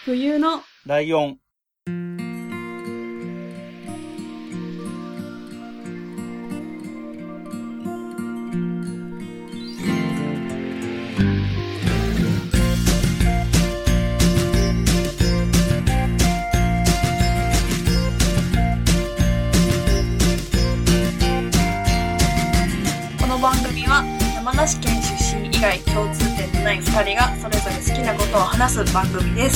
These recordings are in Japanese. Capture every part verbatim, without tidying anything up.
冬のライオン。 この番組は山梨県出身以外共通点のないふたりがそれぞれ好きなことを話す番組です。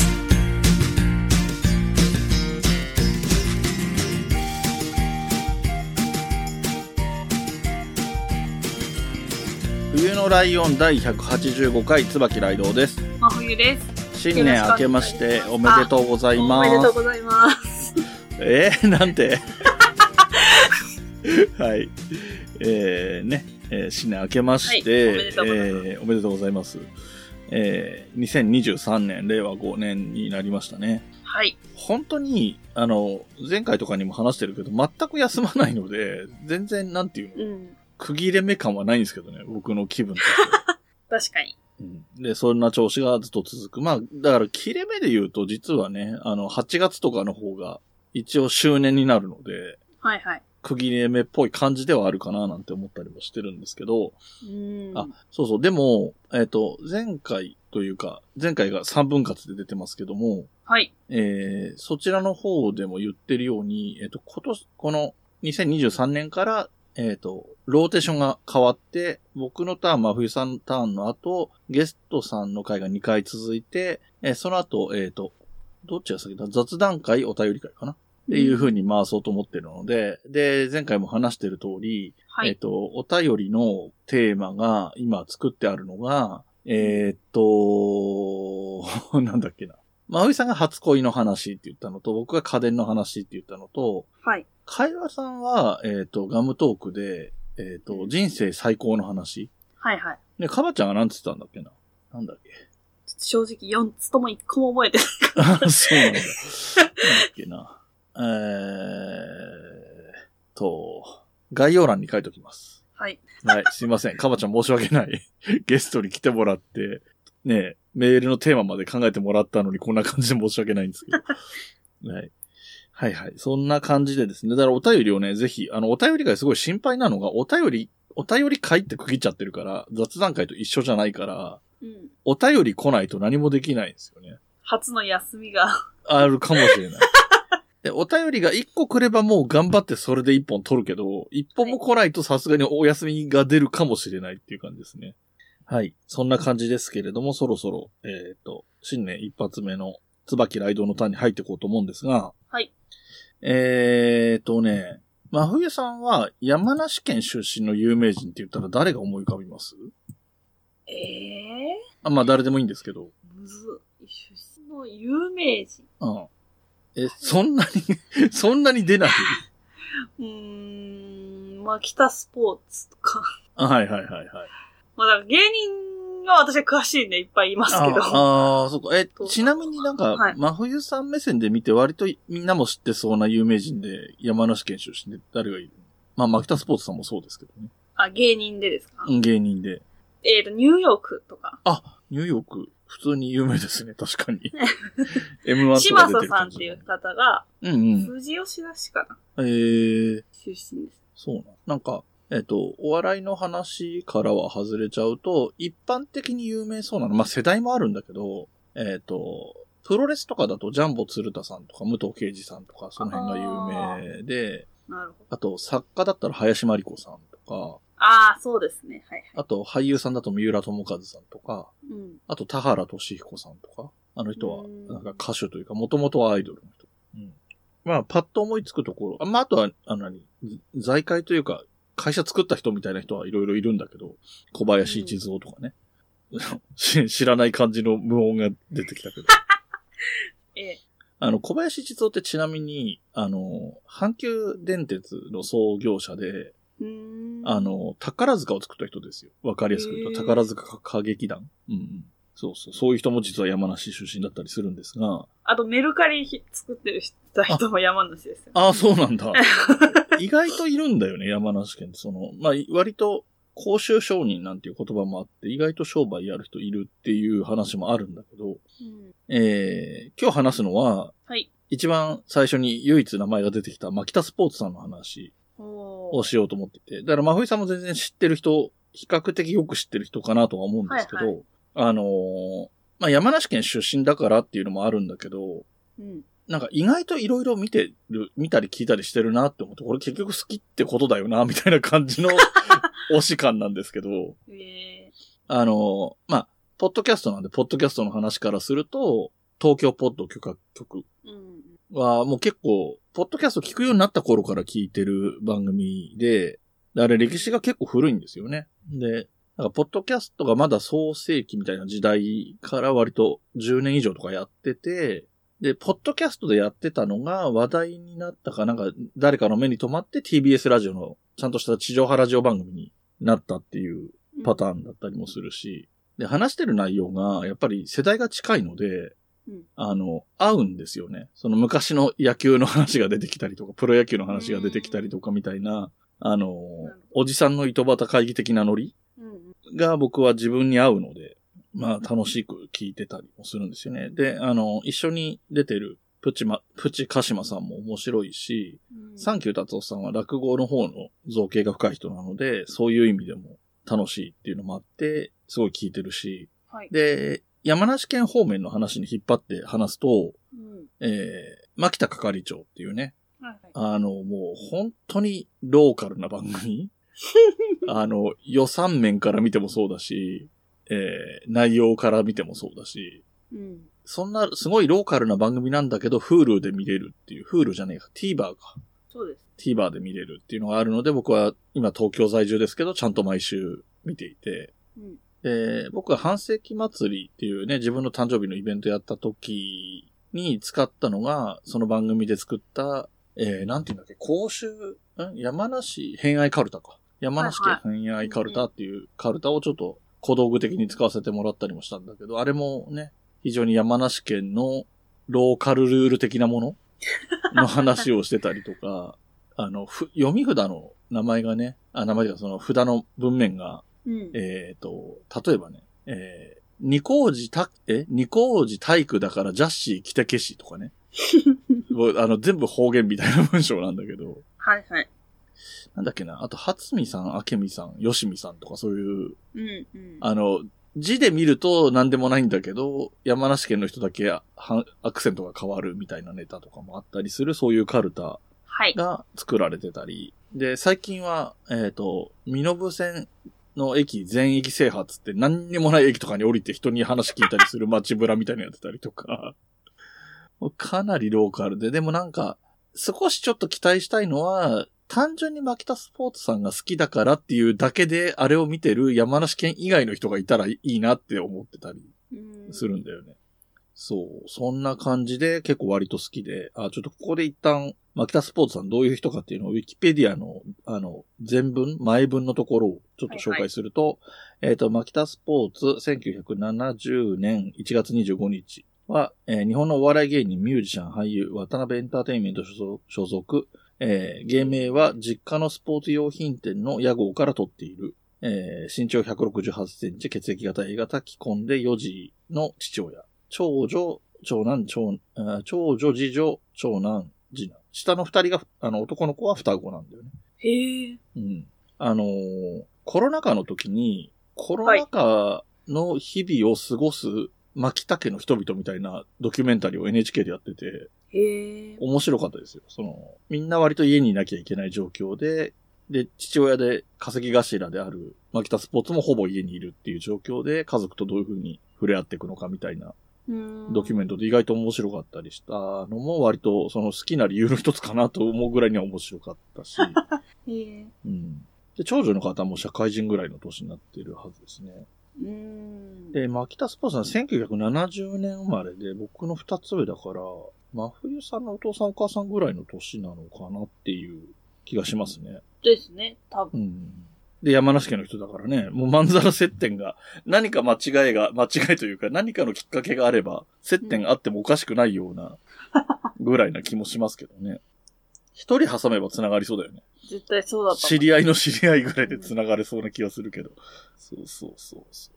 冬のライオンだいひゃくはちじゅうごかい椿雷道です。 真冬です。 新年明けましておめでとうございます。 おめでとうございます。 えー、なんてはい。えー、ね、えー、新年明けまして、はい、おめでとうございます。えー、おめでとうございます。えー、にせんにじゅうさんねん、れいわごねんになりましたね。 はい。 本当に、あの、前回とかにも話してるけど、全く休まないので、全然、なんていうの、うん、区切れ目感はないんですけどね、僕の気分として確かに。 うん。で、そんな調子がずっと続く。まあ、だから切れ目で言うと、実はね、あの、はちがつとかの方が、一応周年になるので、 はいはい。 区切れ目っぽい感じではあるかななんて思ったりもしてるんですけど、 うん。 あ、そうそう、でも、えっと、前回というか、前回がさんぶん割で出てますけども、 はい。 えー、そちらの方でも言ってるように、えっと、今年、このにせんにじゅうさんねんから、えっと、ローテーションが変わって、僕のターン、真冬さんターンの後、ゲストさんの回がにかい続いて、えー、その後、えっと、どっちが先だ？雑談会、お便り会かなっていう風に回そうと思ってるので、で、前回も話してる通り、 はい、 えっと、お便りのテーマが今作ってあるのが、えー、っと、なんだっけな。真冬さんが初恋の話って言ったのと、僕が家電の話って言ったのと、 はい。 会話さんは、えっと、ガムトークで、えっと、人生最高の話。 はいはい。 で、カバちゃんが何つったんだっけな。なんだっけ。 正直よっつともいっこも覚えてない。 あ、そうなんだ。なんだっけな。えーと、概要欄に書いておきます。 はい。 はい、すいません。カバちゃん申し訳ない。ゲストに来てもらって、ね、メールのテーマまで考えてもらったのにこんな感じで申し訳ないんですけど。はい。はいはい。そんな感じでですね。だからお便りをね、ぜひ、あの、お便り会すごい心配なのが、お便り、お便り会って区切っちゃってるから、雑談会と一緒じゃないから、うん、お便り来ないと何もできないんですよね。 初の休みが。 あるかもしれない。で、お便りがいっこ来ればもう頑張ってそれでいっぽん取るけど、いっぽんも来ないとさすがにお休みが出るかもしれないっていう感じですね。はい。そんな感じですけれども、そろそろ、えっと、新年一発目の椿雷道のターンに入っていこうと思うんですが、 はい。 えーとね、真冬さんは山梨県出身の有名人って言ったら誰が思い浮かびます？ ええー、 あ、まあ誰でもいいんですけど。 むず、出身の有名人。 うん。え、そんなに、そんなに出ない？ うーん、まあ、北スポーツとか。 はいはいはいはい。 まあ、だから芸人が私は詳しいんでいっぱいいますけど。 ああ、そっか。え、ちなみになんか、はい、真冬さん目線で見て割とみんなも知ってそうな有名人で山梨県出身で誰がいる？まあ、マキタスポーツさんもそうですけどね。 あ、芸人でですか？ うん、芸人で。 えっと、ニューヨークとか。 あ、ニューヨーク。普通に有名ですね、確かに。エムワン とか出てる。 島佐さんっていう方が、 うんうん。 富士吉田市かな。へえー。 出身です。 そうな。なんか、えっと、お笑いの話からは外れちゃうと、一般的に有名そうなの、まあ、世代もあるんだけど、えっと、プロレスとかだとジャンボ鶴田さんとか武藤敬司さんとかその辺が有名で、 なるほど。 あと作家だったら林真理子さんとか、 ああ、そうですね。はいはい。 あと俳優さんだと三浦友和さんとか、うん、あと田原俊彦さんとか、あの人はなんか歌手というか、もともとはアイドルの人。うん、まあ、パッと思いつくところ、あまあ、あとは、あの何、財界というか、会社作った人みたいな人はいろいろいるんだけど、小林一三とかね、うん、知らない感じの無音が出てきたけど。 ええ。 あの、小林一三ってちなみに、あの、阪急電鉄の創業者で、 うーんあの、宝塚を作った人ですよ。わかりやすく言うと、宝塚歌劇団。うんうん。そうそう。そういう人も実は山梨出身だったりするんですが。 あと、メルカリ作ってる人も山梨ですよ、ね。 ああ、そうなんだ。意外といるんだよね、山梨県って。その、まあ、割と、公衆商人なんていう言葉もあって、意外と商売やる人いるっていう話もあるんだけど、うん、 えー、今日話すのは、 はい。 一番最初に唯一名前が出てきたマキタスポーツさんの話をしようと思ってて。だから、真冬さんも全然知ってる人、比較的よく知ってる人かなとは思うんですけど、はいはい、あのー、まあ、山梨県出身だからっていうのもあるんだけど、うん、なんか意外といろいろ見てる、見たり聞いたりしてるなって思って、これ結局好きってことだよな、みたいな感じの推し感なんですけど、えー、あのー、まあ、ポッドキャストなんで、ポッドキャストの話からすると、東京ポッド許可局はもう結構、ポッドキャスト聞くようになった頃から聞いてる番組で、あれ歴史が結構古いんですよね。で、なんかポッドキャストがまだ創世期みたいな時代から割とじゅうねん以上とかやってて、で、ポッドキャストでやってたのが話題になったかなんか誰かの目に留まって ティービーエス ラジオのちゃんとした地上波ラジオ番組になったっていうパターンだったりもするし、で、話してる内容がやっぱり世代が近いので、うん、あの、合うんですよね。その昔の野球の話が出てきたりとか、プロ野球の話が出てきたりとかみたいな、あの、おじさんの糸端会議的なノリが僕は自分に合うので、まあ楽しく聞いてたりもするんですよね。で、あの、一緒に出てるプチま、プチカシマさんも面白いし、うん、サンキュー達夫さんは落語の方の造形が深い人なので、そういう意味でも楽しいっていうのもあって、すごい聞いてるし、はい、で、山梨県方面の話に引っ張って話すと、うん、えー、牧田係長っていうね、はいはい、あの、もう本当にローカルな番組あの、予算面から見てもそうだし、えー、内容から見てもそうだし、うん、そんなすごいローカルな番組なんだけど、Hulu で見れるっていう、Hulu じゃねえか、TVer か。 そうです。 TVer で見れるっていうのがあるので、僕は今東京在住ですけど、ちゃんと毎週見ていて、うんで、僕は半世紀祭りっていうね、自分の誕生日のイベントやった時に使ったのが、その番組で作った、えー、なんていうんだっけ、甲州、ん山梨偏愛カルタか。山梨県偏愛カルタっていうカルタをちょっと小道具的に使わせてもらったりもしたんだけど、あれもね、非常に山梨県のローカルルール的なものの話をしてたりとか、あの、ふ読み札の名前がね、あ、名前がその札の文面が、うん、えっ、ー、と、例えばね、えー、二高寺た、え二高寺体育だからジャッシー着てけしとかね。あの、全部方言みたいな文章なんだけど。 はいはい。 なんだっけな、あと、初見さん、明美さん、吉見さんとかそういう、うんうん、あの、字で見ると何でもないんだけど、山梨県の人だけアクセントが変わるみたいなネタとかもあったりする、そういうカルタが作られてたり。はい、で、最近は、えっ、ー、と、身延線、の駅、全駅制覇つって何にもない駅とかに降りて人に話聞いたりする街ブラみたいなのやってたりとか、かなりローカルで、でもなんか、少しちょっと期待したいのは、単純にマキタスポーツさんが好きだからっていうだけで、あれを見てる山梨県以外の人がいたらいいなって思ってたりするんだよね。そう、そんな感じで結構割と好きで、あ、ちょっとここで一旦、マキタスポーツさんどういう人かっていうのをウィキペディアの、あの、前文、前文のところをちょっと紹介すると、はいはい、えっと、マキタスポーツせんきゅうひゃくななじゅうねんいちがつにじゅうごにちは、えー、日本のお笑い芸人、ミュージシャン、俳優、渡辺エンターテインメント所属、えー、芸名は実家のスポーツ用品店の屋号から取っている、えー、身長ひゃくろくじゅうはちセンチ、血液型 A 型、既婚でよ児の父親。長女、長男、長、長女、次女、長男、次男。下の二人が、あの、男の子は双子なんだよね。 へえ。 うん。あのー、コロナ禍の時に、コロナ禍の日々を過ごす牧田家の人々みたいなドキュメンタリーを エヌエイチケー でやってて、 へえ。 面白かったですよ。その、みんな割と家にいなきゃいけない状況で、で、父親で稼ぎ頭である牧田スポーツもほぼ家にいるっていう状況で、家族とどういう風に触れ合っていくのかみたいなドキュメントで意外と面白かったりしたのも割とその好きな理由の一つかなと思うぐらいには面白かったし。 へえ。 うん。で、長女の方も社会人ぐらいの年になっているはずですね。 うーん。 で、牧田スポーツさんせんきゅうひゃくななじゅうねん生まれで僕の二つ上だから、真冬さんのお父さんお母さんぐらいの年なのかなっていう気がしますね。 ですね、多分。 うん。で、山梨県の人だからね、もうまんざら接点が、何か間違いが、間違いというか何かのきっかけがあれば、接点あってもおかしくないような、ぐらいな気もしますけどね。 一人挟めば繋がりそうだよね。 絶対そうだった。 知り合いの知り合いぐらいで繋がれそうな気がするけど。うん、そうそうそうそう。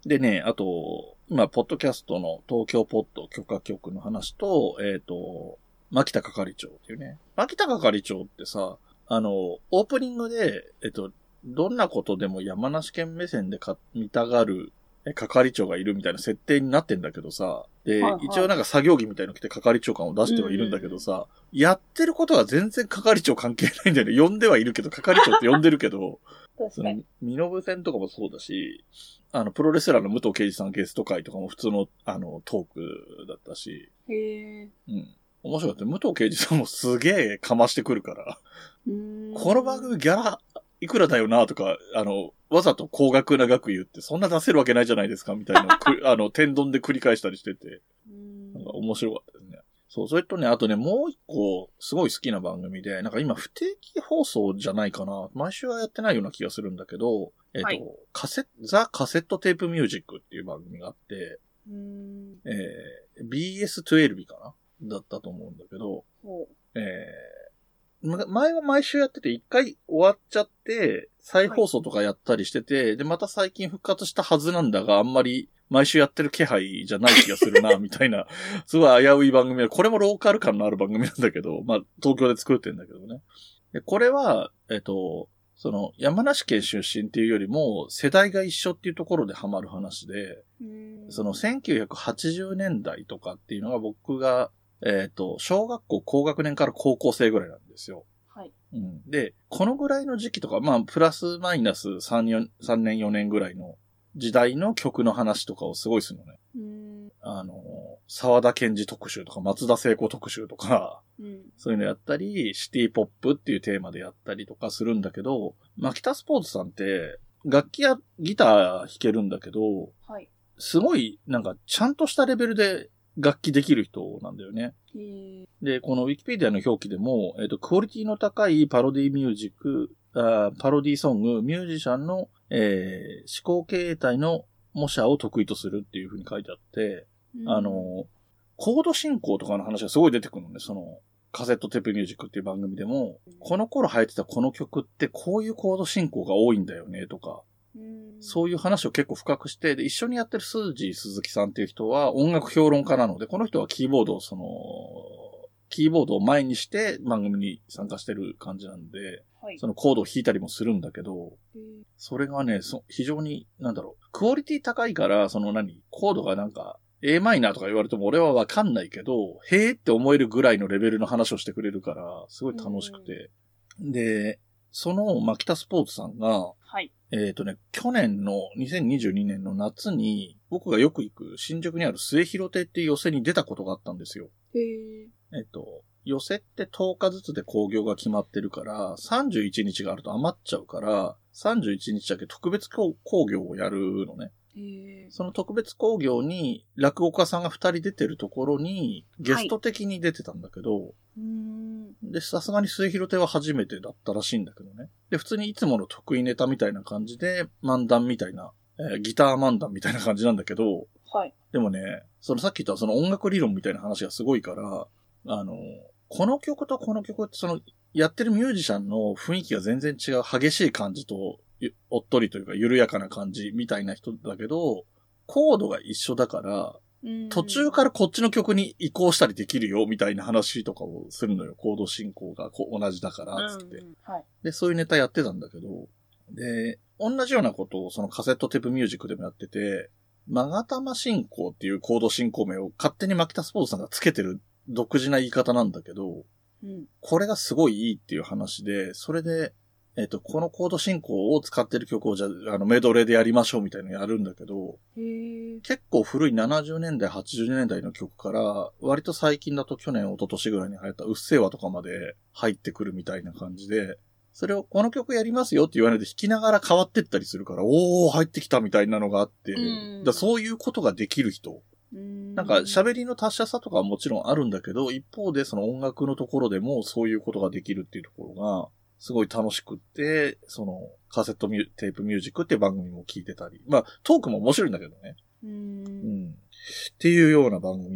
でね、あと、今、ポッドキャストの東京ポッド許可局の話と、えっ、ー、と、牧田係長っていうね。牧田係長ってさ、あの、オープニングで、えっ、ー、と、どんなことでも山梨県目線でか見たがる係長がいるみたいな設定になってんだけどさ、で、はいはい、一応なんか作業着みたいの着て係長感を出してはいるんだけどさ、うん、やってることは全然係長関係ないんだよね。呼んではいるけど、係長って呼んでるけど、 確かに。 身延戦とかもそうだし、あの、プロレスラーの武藤敬司さんゲスト会とかも普通の、あの、トークだったし、 へー。 うん。面白かった。武藤敬司さんもすげえかましてくるから、 うーんこの番組ギャラいくらだよなとか、あの、わざと高額な額言って、そんな出せるわけないじゃないですかみたいなあの、天丼で繰り返したりしてて、なんか面白かったですね。そう、それとね、あとね、もう一個、すごい好きな番組で、なんか今不定期放送じゃないかな。毎週はやってないような気がするんだけど、えっ、ー、と、はい、カセ、ザ・カセットテープミュージックっていう番組があって、 うーんえー、ビーエスじゅうに かなだったと思うんだけど、えー、前は毎週やってて、一回終わっちゃって、再放送とかやったりしてて、はい、で、また最近復活したはずなんだが、あんまり毎週やってる気配じゃない気がするな、みたいな、すごい危うい番組で、これもローカル感のある番組なんだけど、まあ、東京で作ってんだけどね。で、これは、えっと、その、山梨県出身っていうよりも、世代が一緒っていうところでハマる話で、そのせんきゅうひゃくはちじゅうねんだいとかっていうのが僕が、えっと、小学校高学年から高校生ぐらいなんですよ。 はい。 うん。で、このぐらいの時期とか、まあ、プラスマイナスさん、よん、さんねんよねんぐらいの時代の曲の話とかをすごいするのね。 うーんあの、沢田研二特集とか、松田聖子特集とか、 うん、 そういうのやったり、シティポップっていうテーマでやったりとかするんだけど、マキタスポーツさんって、楽器やギター弾けるんだけど、 はい、 すごい、なんか、ちゃんとしたレベルで楽器できる人なんだよね。 へで、このウィキペディアの表記でも、えっと、クオリティの高いパロディミュージック、あパロディソング、ミュージシャンの、えー、思考形態の模写を得意とするっていう風に書いてあって、うん、あの、コード進行とかの話がすごい出てくるのね、その、カセットテープミュージックっていう番組でも、うん、この頃流行ってたこの曲ってこういうコード進行が多いんだよね、とか、 うん、 そういう話を結構深くして、で、一緒にやってるスージー鈴木さんっていう人は音楽評論家なので、この人はキーボードをその、キーボードを前にして番組に参加してる感じなんで、はい、そのコードを弾いたりもするんだけど、それがね、そ非常に、なんだろう、クオリティ高いから、その何、コードがなんか、A マイナーとか言われても俺はわかんないけど、へーって思えるぐらいのレベルの話をしてくれるから、すごい楽しくて。で、そのマキタスポーツさんが、 はい、 えっ、ー、とね、去年のにせんにじゅうにねんの夏に、僕がよく行く新宿にある末広亭っていう寄席に出たことがあったんですよ。 へー。 えっと、寄席ってとおかずつで興行が決まってるから、さんじゅういちにちがあると余っちゃうから、さんじゅういちにちだけ特別興行をやるのね。 へー。 その特別興行に落語家さんがふたり出てるところにゲスト的に出てたんだけど、はい、で、さすがに末広亭は初めてだったらしいんだけどね。で、普通にいつもの得意ネタみたいな感じで、漫談みたいな、えー、ギター漫談みたいな感じなんだけど、 はい。 でもね、そのさっき言ったその音楽理論みたいな話がすごいから、あの、この曲とこの曲ってその、やってるミュージシャンの雰囲気が全然違う激しい感じと、おっとりというか緩やかな感じみたいな人だけど、コードが一緒だから、途中からこっちの曲に移行したりできるよみたいな話とかをするのよ。コード進行がこう同じだからつって、 はい。 で、そういうネタやってたんだけど、で、同じようなことをそのカセットテープミュージックでもやってて、マガタマ進行っていうコード進行名を勝手にマキタスポーツさんがつけてる独自な言い方なんだけど、 うん、これがすごいいいっていう話で、それで、えっと、このコード進行を使ってる曲をじゃあ、あの、メドレーでやりましょうみたいなのやるんだけど、 へー。 結構古いななじゅうねんだい、はちじゅうねんだいの曲から、割と最近だと去年、一昨年ぐらいに流行ったうっせぇわとかまで入ってくるみたいな感じで、それをこの曲やりますよって言わないで弾きながら変わってったりするから、おー、入ってきたみたいなのがあって、 うん、 だそういうことができる人。なんか喋りの達者さとかはもちろんあるんだけど、一方でその音楽のところでもそういうことができるっていうところが、すごい楽しくって、そのカセットミュテープミュージックっていう番組も聞いてたり、まあトークも面白いんだけどね。 うん、 うん。っていうような番組を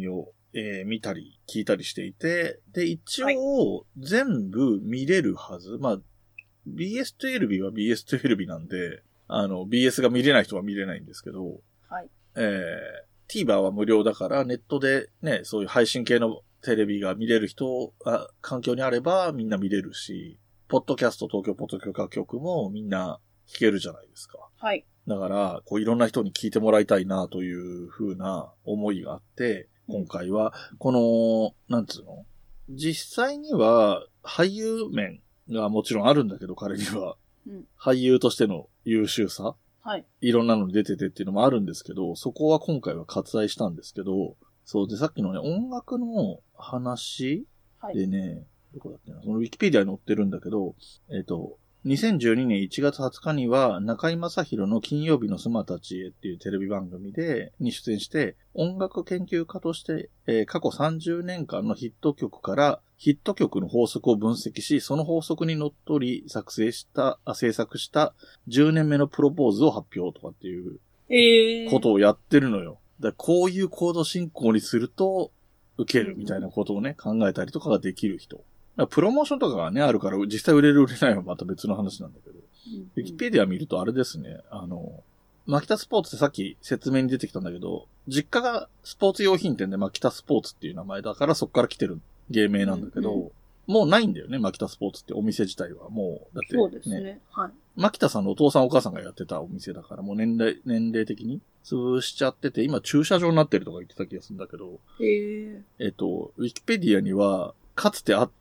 えー、見たり聞いたりしていて、で、一応、全部見れるはず。はい、まあ、ビーエスじゅうに は ビーエスじゅうに なんで、あの、ビーエス が見れない人は見れないんですけど、 はい。 えー、TVer は無料だから、ネットでね、そういう配信系のテレビが見れる人、あ環境にあればみんな見れるし、ポッドキャスト東京ポッドキャスト局もみんな聞けるじゃないですか。 はい。 だから、こういろんな人に聞いてもらいたいなという風な思いがあって、今回は、この、なんつうの？実際には俳優面がもちろんあるんだけど、彼には。うん、俳優としての優秀さ。 はい。 いろんなのに出ててっていうのもあるんですけど、そこは今回は割愛したんですけど、そうで、さっきのね、音楽の話でね、はい、どこだっけな、そのウィキペディアに載ってるんだけど、えっと、にせんじゅうにねんいちがつはつかには中井正広の金曜日のスマたちへっていうテレビ番組で、に出演して、音楽研究家として、えー、過去さんじゅうねんかんのヒット曲からヒット曲の法則を分析し、その法則にのっとり作成した、あ制作したじゅうねんめのプロポーズを発表とかっていうことをやってるのよ。だこういうコード進行にすると受けるみたいなことをね、考えたりとかができる人。プロモーションとかがね、あるから、実際売れる売れないはまた別の話なんだけど。ウィキペディア見るとあれですね、あの、マキタスポーツってさっき説明に出てきたんだけど、実家がスポーツ用品店でマキタスポーツっていう名前だからそっから来てる芸名なんだけど、うんうん、もうないんだよね、マキタスポーツってお店自体は。もう、だって、ね。 そうですね。はい。 マキタさんのお父さんお母さんがやってたお店だから、もう年齢、年齢的に潰しちゃってて、今駐車場になってるとか言ってた気がするんだけど、 へー。 えっと、ウィキペディアには、かつてあった、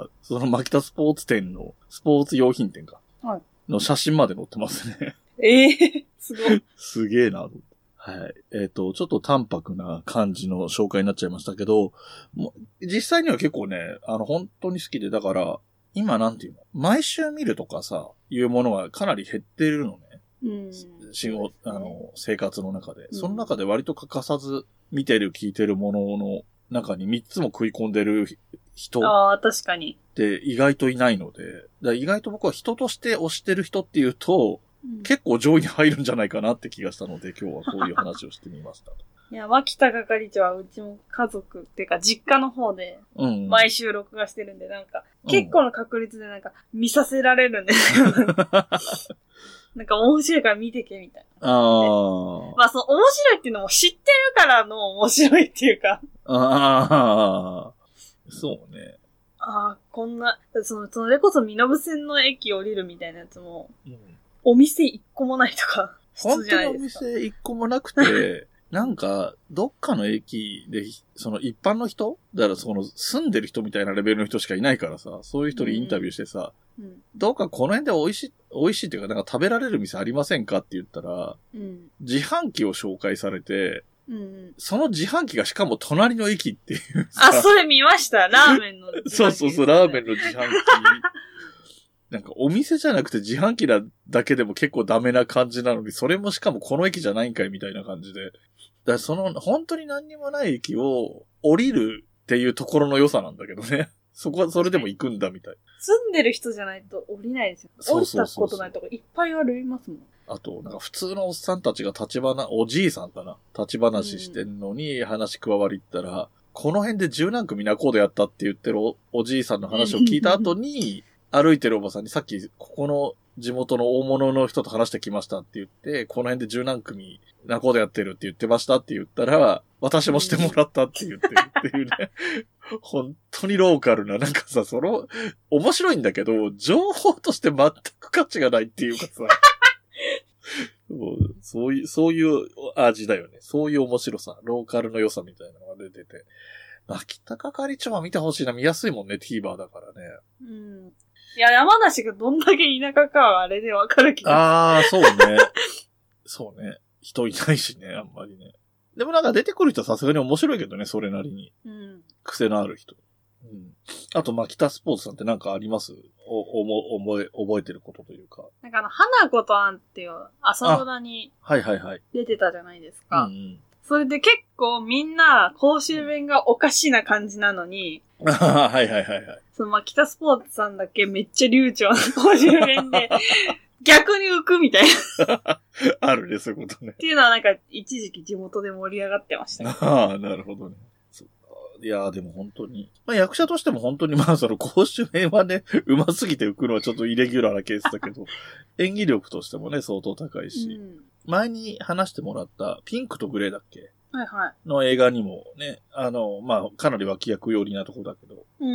そのマキタスポーツ店の、スポーツ用品店か。 はい。 の写真まで載ってますね。 ええー、すごい。 すげえな。はい。えっと、ちょっと淡白な感じの紹介になっちゃいましたけど、も実際には結構ね、あの、本当に好きで、だから、今なんていうの毎週見るとかさ、いうものがかなり減ってるのね。 うん。 仕事、あの、生活の中で。その中で割と欠かさず見てる、聞いてるものの中にみっつも食い込んでる人ああ、確かに。 って意外といないので、だ意外と僕は人として推してる人っていうと、うん、結構上位に入るんじゃないかなって気がしたので、今日はこういう話をしてみました。 いや、牧田係長はうちも家族っていうか実家の方で、毎週録画してるんで、なんか、結構の確率でなんか見させられるんですよ。なんか面白いから見てけみたいな。 ああ。 まあその面白いっていうのも知ってるからの面白いっていうか。 ああ。そうね。 ああ、こんな、その、それこそ身延線の駅降りるみたいなやつも、うん、お店一個もないとか、 本当にお店一個もなくて、なんか、どっかの駅で、その一般の人だからその住んでる人みたいなレベルの人しかいないからさ、そういう人にインタビューしてさ、うん、どうかこの辺で美味しい、美味しいっていうか、なんか食べられる店ありませんかって言ったら、うん、自販機を紹介されて、うん、その自販機がしかも隣の駅っていうさ。 あ、それ見ました。ラーメンの自販機、ね。 そうそうそう、ラーメンの自販機。なんかお店じゃなくて自販機だけでも結構ダメな感じなのに、それもしかもこの駅じゃないんかいみたいな感じで。だからその本当に何にもない駅を降りるっていうところの良さなんだけどね。そこはそれでも行くんだみたい。 住んでる人じゃないと降りないですよ。降りたことないとこいっぱいありますもん。 あと、なんか普通のおっさんたちが立ち話、おじいさんかな立ち話してんのに話加わりったら、うん、この辺で十何組ナコードやったって言ってる お, おじいさんの話を聞いた後に、歩いてるおばさんにさっきここの地元の大物の人と話してきましたって言って、この辺で十何組ナコードやってるって言ってましたって言ったら、私もしてもらったって言ってるっていうね。本当にローカルな、なんかさ、その、面白いんだけど、情報として全く価値がないっていうかさ。そういう、そういう味だよね。そういう面白さ、ローカルの良さみたいなのが出てて。牧田係長は見てほしいな、見やすいもんね、TVer だからね。 うん。いや、山梨がどんだけ田舎かはあれでわかるけど。 ああ、そうね。そうね。人いないしね、あんまりね。でもなんか出てくる人はさすがに面白いけどね、それなりに。うん。癖のある人。うん。あと、牧田スポーツさんってなんかありますお、おも、覚え、覚えてることというか。 なんかあの、花子とアンっていう朝ドラに。 はいはいはい。 出てたじゃないですか。 うんうん。 それで結構みんな公衆弁がおかしな感じなのに。 はいはいはいはい。 その牧田スポーツさんだけめっちゃ流暢な公衆弁で、逆に浮くみたいな。 あるね、そういうことね。 っていうのはなんか一時期地元で盛り上がってました。 ああ、なるほどね。 いやーでも本当に。まあ役者としても本当にまあその公主編はね、上手すぎて浮くのはちょっとイレギュラーなケースだけど、演技力としてもね、相当高いし。うん、前に話してもらったピンクとグレーだっけはいはい。 の映画にもね、あの、まあかなり脇役寄りなとこだけど、 うん、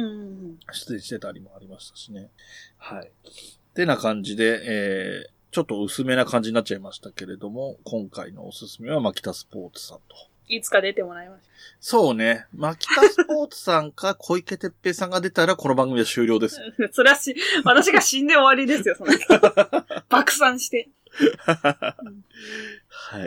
出演してたりもありましたしね。はい。ってな感じで、えー、ちょっと薄めな感じになっちゃいましたけれども、今回のおすすめはマキタスポーツさんと。 いつか出てもらいました。 そうね。マキタスポーツさんか小池徹平さんが出たらこの番組は終了です。 それはし、私が死んで終わりですよ、その爆散して。 はい。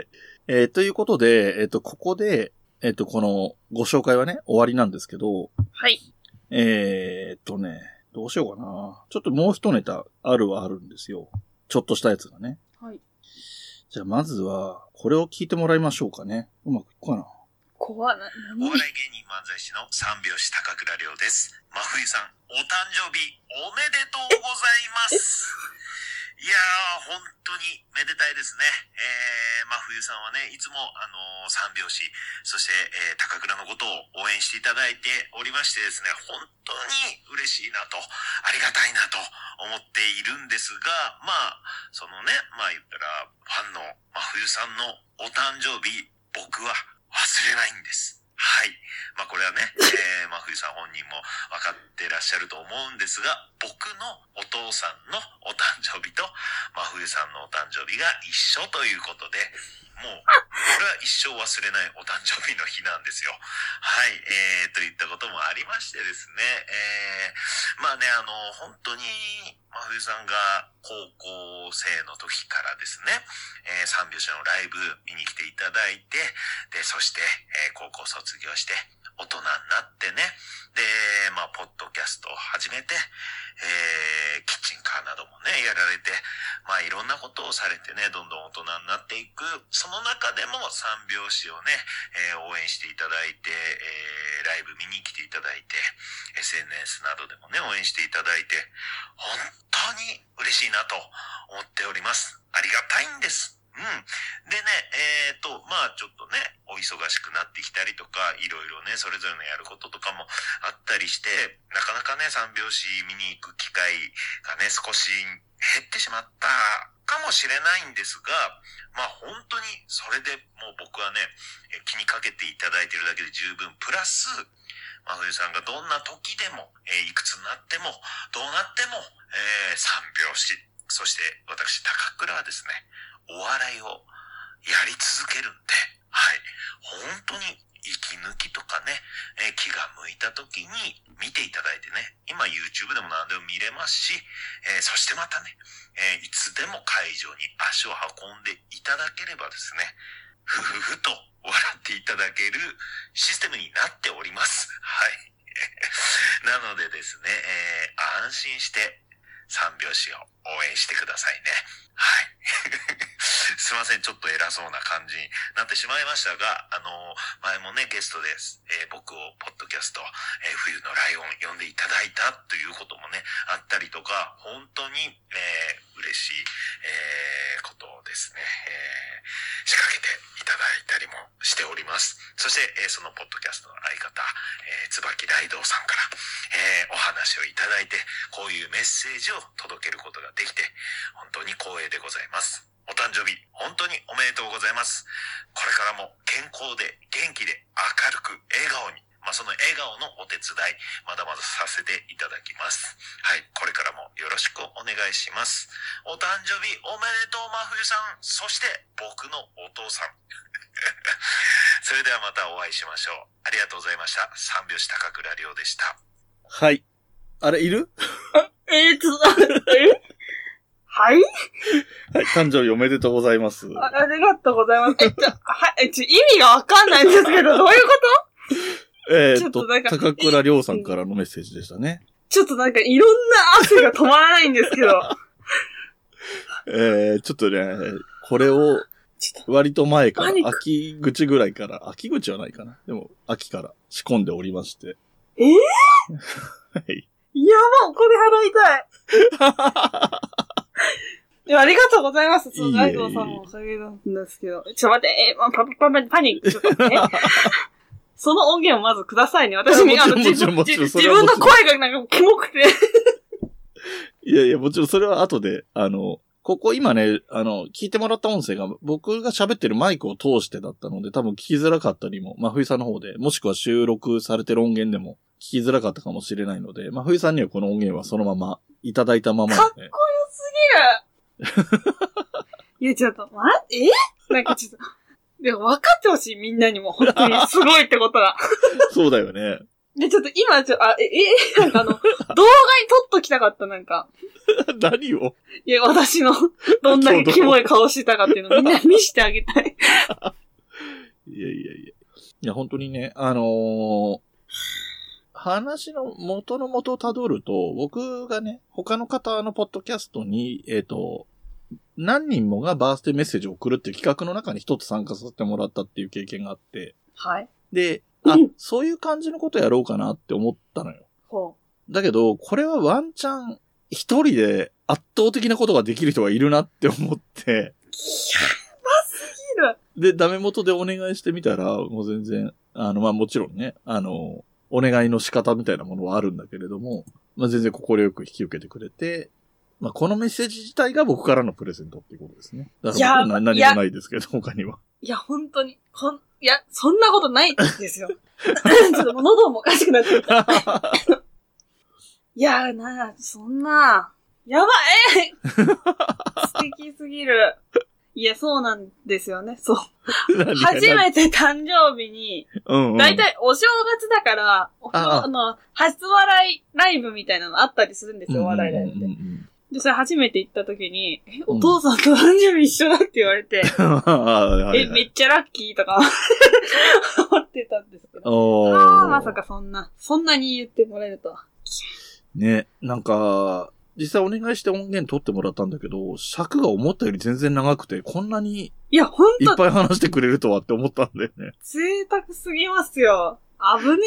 えー、ということで、えっ、ー、と、ここで、えっ、ー、と、このご紹介はね、終わりなんですけど。 はい。 えー、っとね、どうしようかな。ちょっともう一ネタあるはあるんですよ。ちょっとしたやつがね。 はい。 じゃあまずは、これを聞いてもらいましょうかね。うまくいくかな。 怖いな。 お笑い芸人漫才師の三拍子高倉涼です。真冬さん、お誕生日おめでとうございます。いやー、本当にめでたいですね。えー、真冬さんはね、いつも、あのー、三拍子、そして、えー、高倉のことを応援していただいておりましてですね、本当に嬉しいなと、ありがたいなと思っているんですが、まあ、そのね、まあ言ったら、ファンの真冬さんのお誕生日、僕は忘れないんです。はい。まあこれはね、えー、真冬さん本人も分かってらっしゃると思うんですが、僕のお父さんのお誕生日と真冬さんのお誕生日が一緒ということで、もう、これは一生忘れないお誕生日の日なんですよ。はい。えー、といったこともありましてですね、えー、まあね、あの、本当に真冬さんが高校生の時からですね、えー、三拍子のライブ見に来ていただいて、で、そして、えー、高校卒業して、大人になってね、で、まあ、ポッドキャストを始めて、えー、キッチンカーなどもね、やられて、まあ、いろんなことをされてね、どんどん大人になっていく、その中でも三拍子をね、えー、応援していただいて、えー、ライブ見に来ていただいて、エスエヌエス などでもね、応援していただいて、本当に嬉しいなと思っております。ありがたいんです。うん。でね、えっと、まあちょっとね、お忙しくなってきたりとか、いろいろね、それぞれのやることとかもあったりして、なかなかね、三拍子見に行く機会がね、少し減ってしまったかもしれないんですが、まあ本当にそれでもう僕はね、気にかけていただいているだけで十分、プラス、真冬さんがどんな時でも、えー、いくつになっても、どうなっても、えー、三拍子、そして私、高倉はですね、お笑いをやり続けるんで、はい。本当に息抜きとかね、えー、気が向いた時に見ていただいてね、今 YouTube でも何でも見れますし、えー、そしてまたね、えー、いつでも会場に足を運んでいただければですね、ふふふと笑っていただけるシステムになっております。はい。なのでですね、えー、安心して三拍子を応援してくださいね。はい。すいません、ちょっと偉そうな感じになってしまいましたが、あの、前もね、ゲストです。えー、僕をポッドキャスト、えー、冬のライオン呼んでいただいたということもね、あったりとか、本当に、えー、嬉しい、えー、ことをですね、えー、仕掛けていただいたりもしております。そして、えー、そのポッドキャストの相方、えー、椿ライドウさんから、えー、お話をいただいて、こういうメッセージを届けることができて、本当に光栄でございます。お誕生日、本当におめでとうございます。これからも健康で元気で明るく笑顔に、まあ、その笑顔のお手伝い、まだまださせていただきます。はい、これからもよろしくお願いします。お誕生日おめでとう真冬さん、そして僕のお父さん。それではまたお会いしましょう。ありがとうございました。三拍子高倉涼でした。 はい。あれ、いる？ えー、ちょっと、えはい？ はい、誕生日おめでとうございます。 あ、ありがとうございます。え、ちょ、は、え、ちょ、意味がわかんないんですけど、どういうことえーっと、高倉涼さんからのメッセージでしたね。 ちょっとなんかいろんな汗が止まらないんですけど。 えー、ちょっとね、これを、割と前から、秋口ぐらいから、秋口はないかな。でも、秋から仕込んでおりまして。 えぇ、ー、 はい。 やば、これ払いたい。いや、ありがとうございます。そのライドさんのおかげなんですけど。ちょっと待って、えー、パパパパパニック。ちょっとね。 その音源をまずくださいね。私に、あの、自分の声がなんかキモくて。 いやいや、もちろんそれは後で、あの、ここ今ね、あの、聞いてもらった音声が僕が喋ってるマイクを通してだったので、多分聞きづらかったりも、まあ、冬さんの方で、もしくは収録されてる音源でも聞きづらかったかもしれないので、まあ、冬さんにはこの音源はそのままいただいたまま、ね。 かっこよすぎるいや、ちょっと、ま、えなんかちょっと、でも分かってほしい、みんなにも。本当にすごいってことが。 そうだよね。 で、ちょっと今、ちょ、あ、え、え、なんかあの、動画に撮っときたかった、なんか。 何をいや、私の、どんなにキモい顔してたかっていうのをみんなに見せてあげたい。 いやいやいや。いや、本当にね、あのー、話の元の元をたどると、僕がね、他の方のポッドキャストに、えっと、何人もがバースデーメッセージを送るっていう企画の中に一つ参加させてもらったっていう経験があって。 はい。 で、あ、そういう感じのことやろうかなって思ったのよ。 ほう。だけど、これはワンチャン一人で圧倒的なことができる人がいるなって思って。やばすぎる。 で、ダメ元でお願いしてみたら、もう全然、あの、まあ、もちろんね、あの、お願いの仕方みたいなものはあるんだけれども、まあ、全然心よく引き受けてくれて、まあ、このメッセージ自体が僕からのプレゼントっていうことですね。だから僕は何もないですけど、他には。 いや、本当に、こん、いや、そんなことないですよ。ちょっと喉もおかしくなってきた。いや、な、そんな、やばい素敵すぎる。いや、そうなんですよね、そう。初めて誕生日に、うんうん、だいたいお正月だから、あの、初笑いライブみたいなのあったりするんですよ、お笑いライブで。で、それ初めて行った時に、え、お父さんと誕生日一緒だって言われて、うん、え、めっちゃラッキーとか思ってたんですけど、ああ、まさかそんな、そんなに言ってもらえるとは。 ね、なんか、実際お願いして音源取ってもらったんだけど、尺が思ったより全然長くて、こんなに、 いや、ほんと、 いっぱい話してくれるとはって思ったんだよね。 贅沢すぎますよ。危ね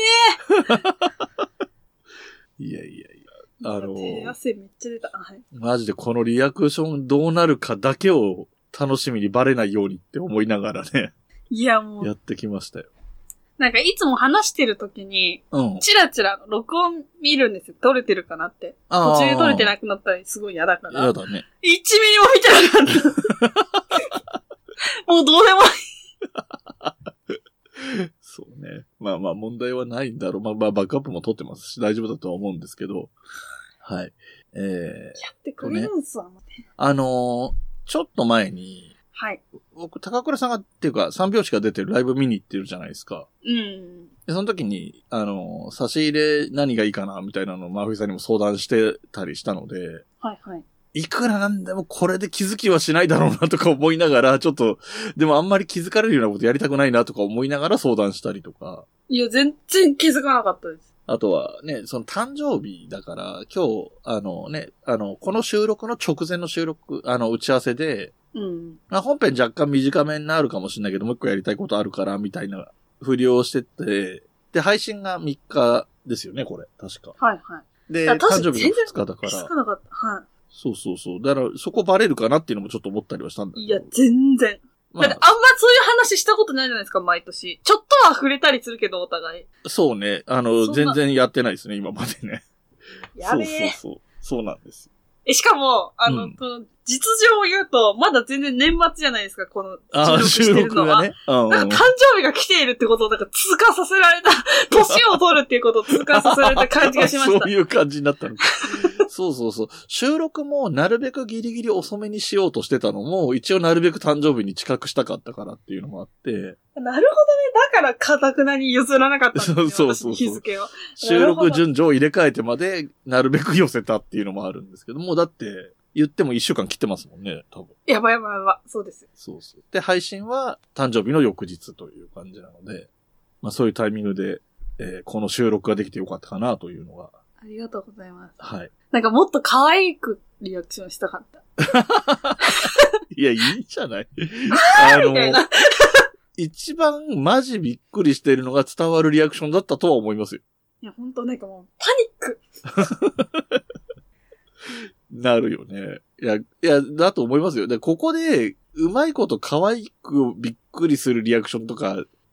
え。いやいやいや。あの、 手汗めっちゃ出た。はい。 マジでこのリアクションどうなるかだけを楽しみにバレないようにって思いながらね。 いやもう。 やってきましたよ。なんかいつも話してる時に、うん。チラチラ録音見るんですよ。撮れてるかなって。途中で撮れてなくなったらすごい嫌だから。 嫌だね。 一ミリも見てなかった。もうどうでもいい。 そうね。まあまあ問題はないんだろう。まあまあバックアップも取ってますし大丈夫だとは思うんですけど。はい。えー、 やってくれるんすわ、ね、 あのー、ちょっと前に、 はい。 僕、高倉さんが、っていうか、三拍子が出てるライブ見に行ってるじゃないですか。 うん。 で、その時に、あのー、差し入れ何がいいかな、みたいなのを、まふいさんにも相談してたりしたので、 はいはい。 いくらなんでもこれで気づきはしないだろうなとか思いながら、ちょっと、でもあんまり気づかれるようなことやりたくないなとか思いながら相談したりとか。 いや、全然気づかなかったです。 あとはね、その誕生日だから、今日、あのね、あの、この収録の直前の収録、あの、打ち合わせで、 うん。 まあ、本編若干短めになるかもしれないけど、もう一個やりたいことあるから、みたいな振りをしてて、で、配信がみっかですよね、これ。確か。 はいはい。 で、誕生日がふつかだから。 気づかなかった。はい。 そうそうそう。だから、そこバレるかなっていうのもちょっと思ったりはしたんだけど。 いや、全然。まあ、だってあんまそういう話したことないじゃないですか、毎年。ちょっとは触れたりするけど、お互い。 そうね。あの、全然やってないですね、今までね。 やべえ。 そうそうそう。そうなんです。 え、しかも、あの、うん、この実情を言うと、まだ全然年末じゃないですか、この収録してるのは。 収録がね。うんうん、 なんか誕生日が来ているってことを、なんか通過させられた、年を取るっていうことを通過させられた感じがしました。 そういう感じになったのか。そうそうそう。収録もなるべくギリギリ遅めにしようとしてたのも、一応なるべく誕生日に近くしたかったからっていうのもあって。 なるほどね。だから、かたくなに譲らなかったんですよ。そうそうそう。日付を。 収録順序を入れ替えてまで、なるべく寄せたっていうのもあるんですけども、だって、言っても一週間切ってますもんね、多分。 やばいやばいやばい。そうです。 そうそう。で、配信は誕生日の翌日という感じなので、まあそういうタイミングで、えー、この収録ができてよかったかなというのが。 ありがとうございます。 はい。 なんかもっと可愛くリアクションしたかった。 いや、いいじゃない。 あの、みたいな一番マジびっくりしてるのが伝わるリアクションだったとは思いますよ。 いや、ほんとなんかもう、パニックなるよね。いや、いや、だと思いますよ。で、ここで、うまいこと可愛くびっくりするリアクションとか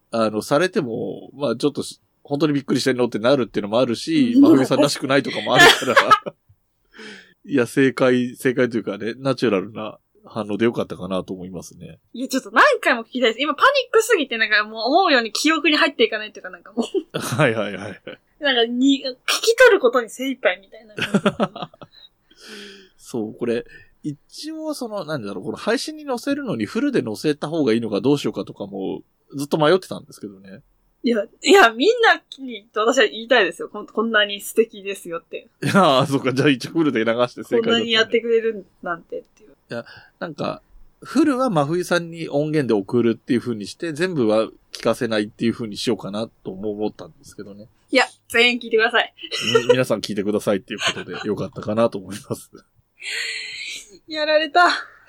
あの、されても、まあちょっと、本当にびっくりしてんのってなるっていうのもあるし、真冬さんらしくないとかもあるから、いや、正解、正解というかね、ナチュラルな反応でよかったかなと思いますね。 いや、ちょっと何回も聞きたいです。今パニックすぎて、なんかもう思うように記憶に入っていかないっていうか、なんかもう。 はいはいはい。 なんかに、聞き取ることに精一杯みたいな。 そう、これ、一応その、なんだろう、この配信に載せるのにフルで載せた方がいいのかどうしようかとかも、ずっと迷ってたんですけどね。 いや、いや、みんなに、私は言いたいですよ。こん、こんなに素敵ですよって。 いやー、そうか、じゃあ一応フルで流して正解だった、ね。 こんなにやってくれるなんてっていう。 いや、なんか、フルは真冬さんに音源で送るっていう風にして、全部は聞かせないっていう風にしようかなとも思ったんですけどね。 いや、全員聞いてください。 皆さん聞いてくださいっていうことでよかったかなと思います。 やられた。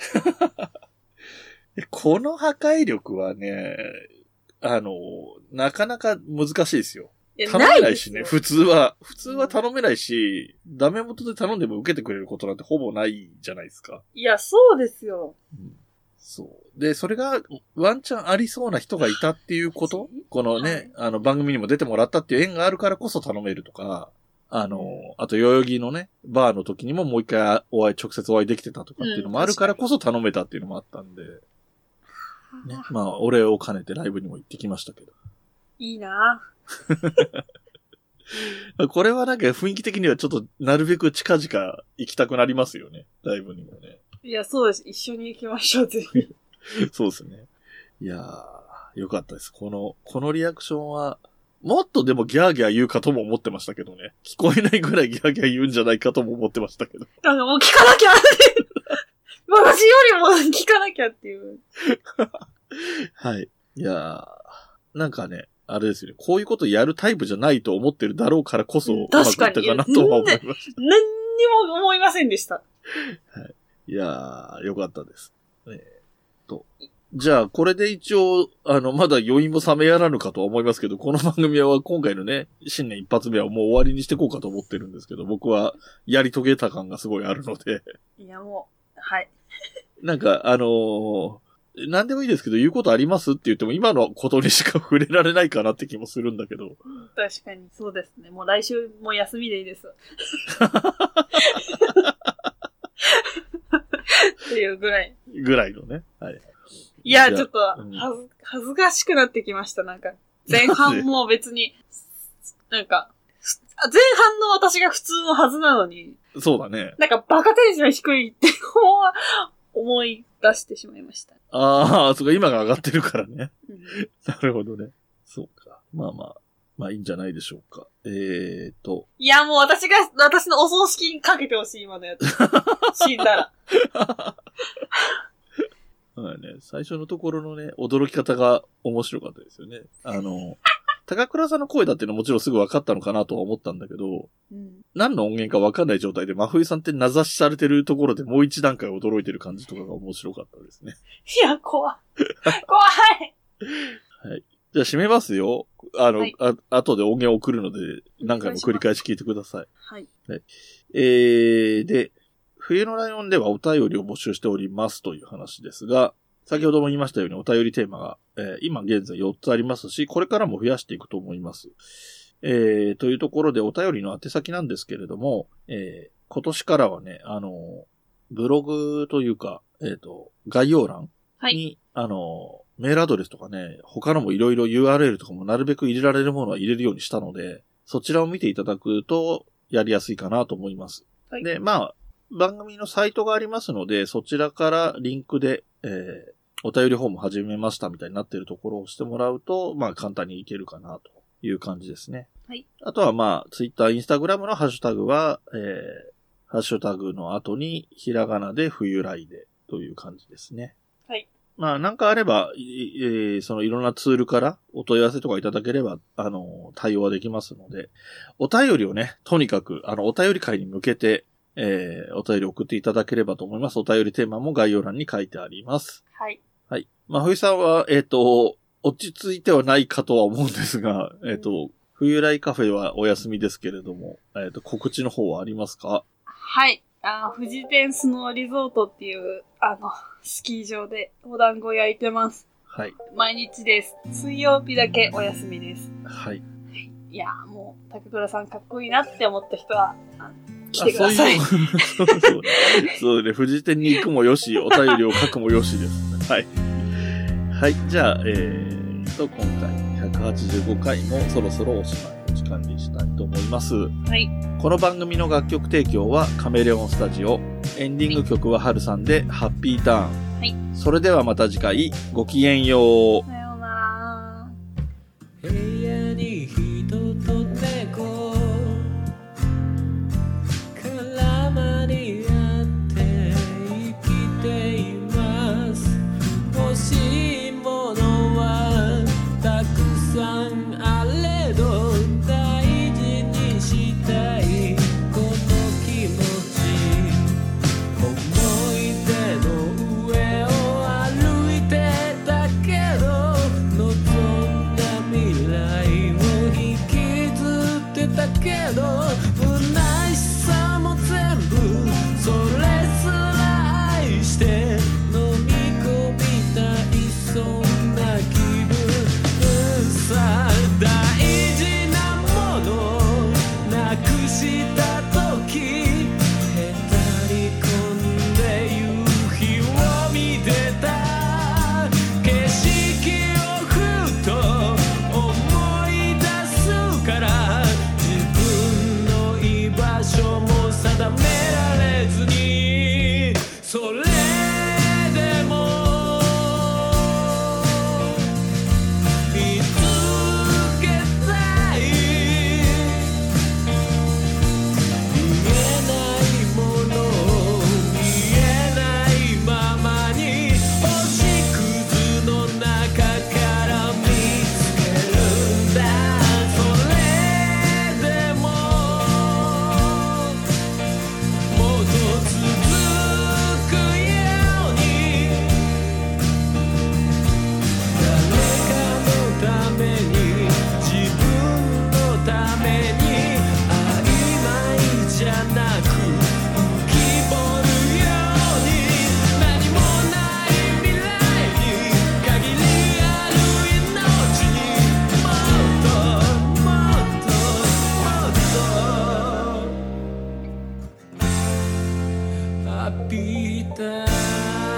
この破壊力はね、あの、なかなか難しいですよ。頼めないしね、普通は。普通は頼めないし、うん、ダメ元で頼んでも受けてくれることなんてほぼないじゃないですか。 いや、そうですよ。 うん、そう。で、それがワンチャンありそうな人がいたっていうことこのね、はい、あの番組にも出てもらったっていう縁があるからこそ頼めるとか、あの、あと、代々木のね、バーの時にももう一回お会い、直接お会いできてたとかっていうのもあるからこそ頼めたっていうのもあったんで、ね、まあ、お礼を兼ねてライブにも行ってきましたけど。 いいなこれはなんか雰囲気的にはちょっとなるべく近々行きたくなりますよね。ライブにもね。 いや、そうです。一緒に行きましょう、ぜひ。 そうですね。いやー、よかったです。この、このリアクションは、もっとでもギャーギャー言うかとも思ってましたけどね。聞こえないぐらいギャーギャー言うんじゃないかとも思ってましたけど。 なんかもう聞かなきゃ私よりも聞かなきゃっていう。 はい。いやー、なんかね、あれですよね。こういうことやるタイプじゃないと思ってるだろうからこそ、うまくいったかなとは思いました。 何にも思いませんでした。 はい。いやー、よかったです。えー、と。じゃあ、これで一応、あの、まだ余韻も冷めやらぬかとは思いますけど、この番組は今回のね、新年一発目はもう終わりにしていこうかと思ってるんですけど、僕はやり遂げた感がすごいあるので。 いや、もう、はい。 なんか、あのー、何でもいいですけど、言うことありますって言っても、今のことにしか触れられないかなって気もするんだけど。 確かに、そうですね。もう来週も休みでいいです。っていうぐらい。 ぐらいのね。はい。 いや、ちょっと、はず、恥ずかしくなってきました。なんか、前半も別に、なんか、前半の私が普通のはずなのに。 そうだね。 なんか、バカテンション低いって思い出してしまいました。 ああ、そうか、今が上がってるからね。うん、なるほどね。そうか。まあまあ、まあいいんじゃないでしょうか。えーと。 いや、もう私が、私のお葬式にかけてほしい、今のやつ。死んだら。 はいね、最初のところのね、驚き方が面白かったですよね。あの、高倉さんの声だっていうのはもちろんすぐ分かったのかなとは思ったんだけど、うん、何の音源か分かんない状態で真冬さんって名指しされてるところでもう一段階驚いてる感じとかが面白かったですね。 いや、怖い。怖い。 はい。じゃあ締めますよ。あの、はい、あ、後で音源送るので何回も繰り返し聞いてください。 はい。 はい。えー、で、冬のライオンではお便りを募集しておりますという話ですが、先ほども言いましたようにお便りテーマが、えー、今現在よっつありますし、これからも増やしていくと思います。えー、というところでお便りの宛先なんですけれども、えー、今年からはね、あの、ブログというか、えっ、ー、と、概要欄に、はい、あの、メールアドレスとかね、他のもいろいろ ユーアールエル とかもなるべく入れられるものは入れるようにしたので、そちらを見ていただくとやりやすいかなと思います。はい、で、まあ、番組のサイトがありますので、そちらからリンクで、えー、お便りフォーム始めましたみたいになっているところを押してもらうと、まあ簡単にいけるかなという感じですね。はい。あとはまあ、ツイッター、インスタグラムのハッシュタグは、えー、ハッシュタグの後にひらがなで冬来でという感じですね。はい。まあなんかあれば、えー、そのいろんなツールからお問い合わせとかいただければ、あの、対応はできますので、お便りをね、とにかく、あの、お便り会に向けて、えー、お便り送っていただければと思います。お便りテーマも概要欄に書いてあります。はい。はい。まあ、冬さんは、えっと、落ち着いてはないかとは思うんですが、うん、えっと、冬来カフェはお休みですけれども、えっと、告知の方はありますか？ はい。あ、富士天スノーリゾートっていう、あの、スキー場でお団子焼いてます。 はい。 毎日です。水曜日だけお休みです。 はい。 いやーもう、高倉さんかっこいいなって思った人は、来てください。 そういうそうそうそうね、富士店に行くもよし、お便りを書くもよしですね。はい。はい。じゃあ、えーと、今回ひゃくはちじゅうごかいもそろそろおしまいの時間にしたいと思います。 はい。 この番組の楽曲提供はカメレオンスタジオ。エンディング曲はハルさんでハッピーターン。はい。それではまた次回、ごきげんよう。 さようなら。部屋に人と猫絡まり合って生きています。欲しいものはたくさんあれど大事にしたいこの気持ち、思い出の上を歩いてたけど望んだ未来を引きずってたけど虚しさも全部それすら愛して飲み込みたいそんな気分さ。大事なものなくした時へたり込んで夕日を見てた景色をふと思い出すから自分の居場所も定められずにそれでも見つけたい見えないものを見えないままに星屑の中から見つけるんだ。それでももっと続くように誰かのために自分のために曖昧じゃなく浮き彫るように何もない未来に限りある命にもっともっともっとハッピーターン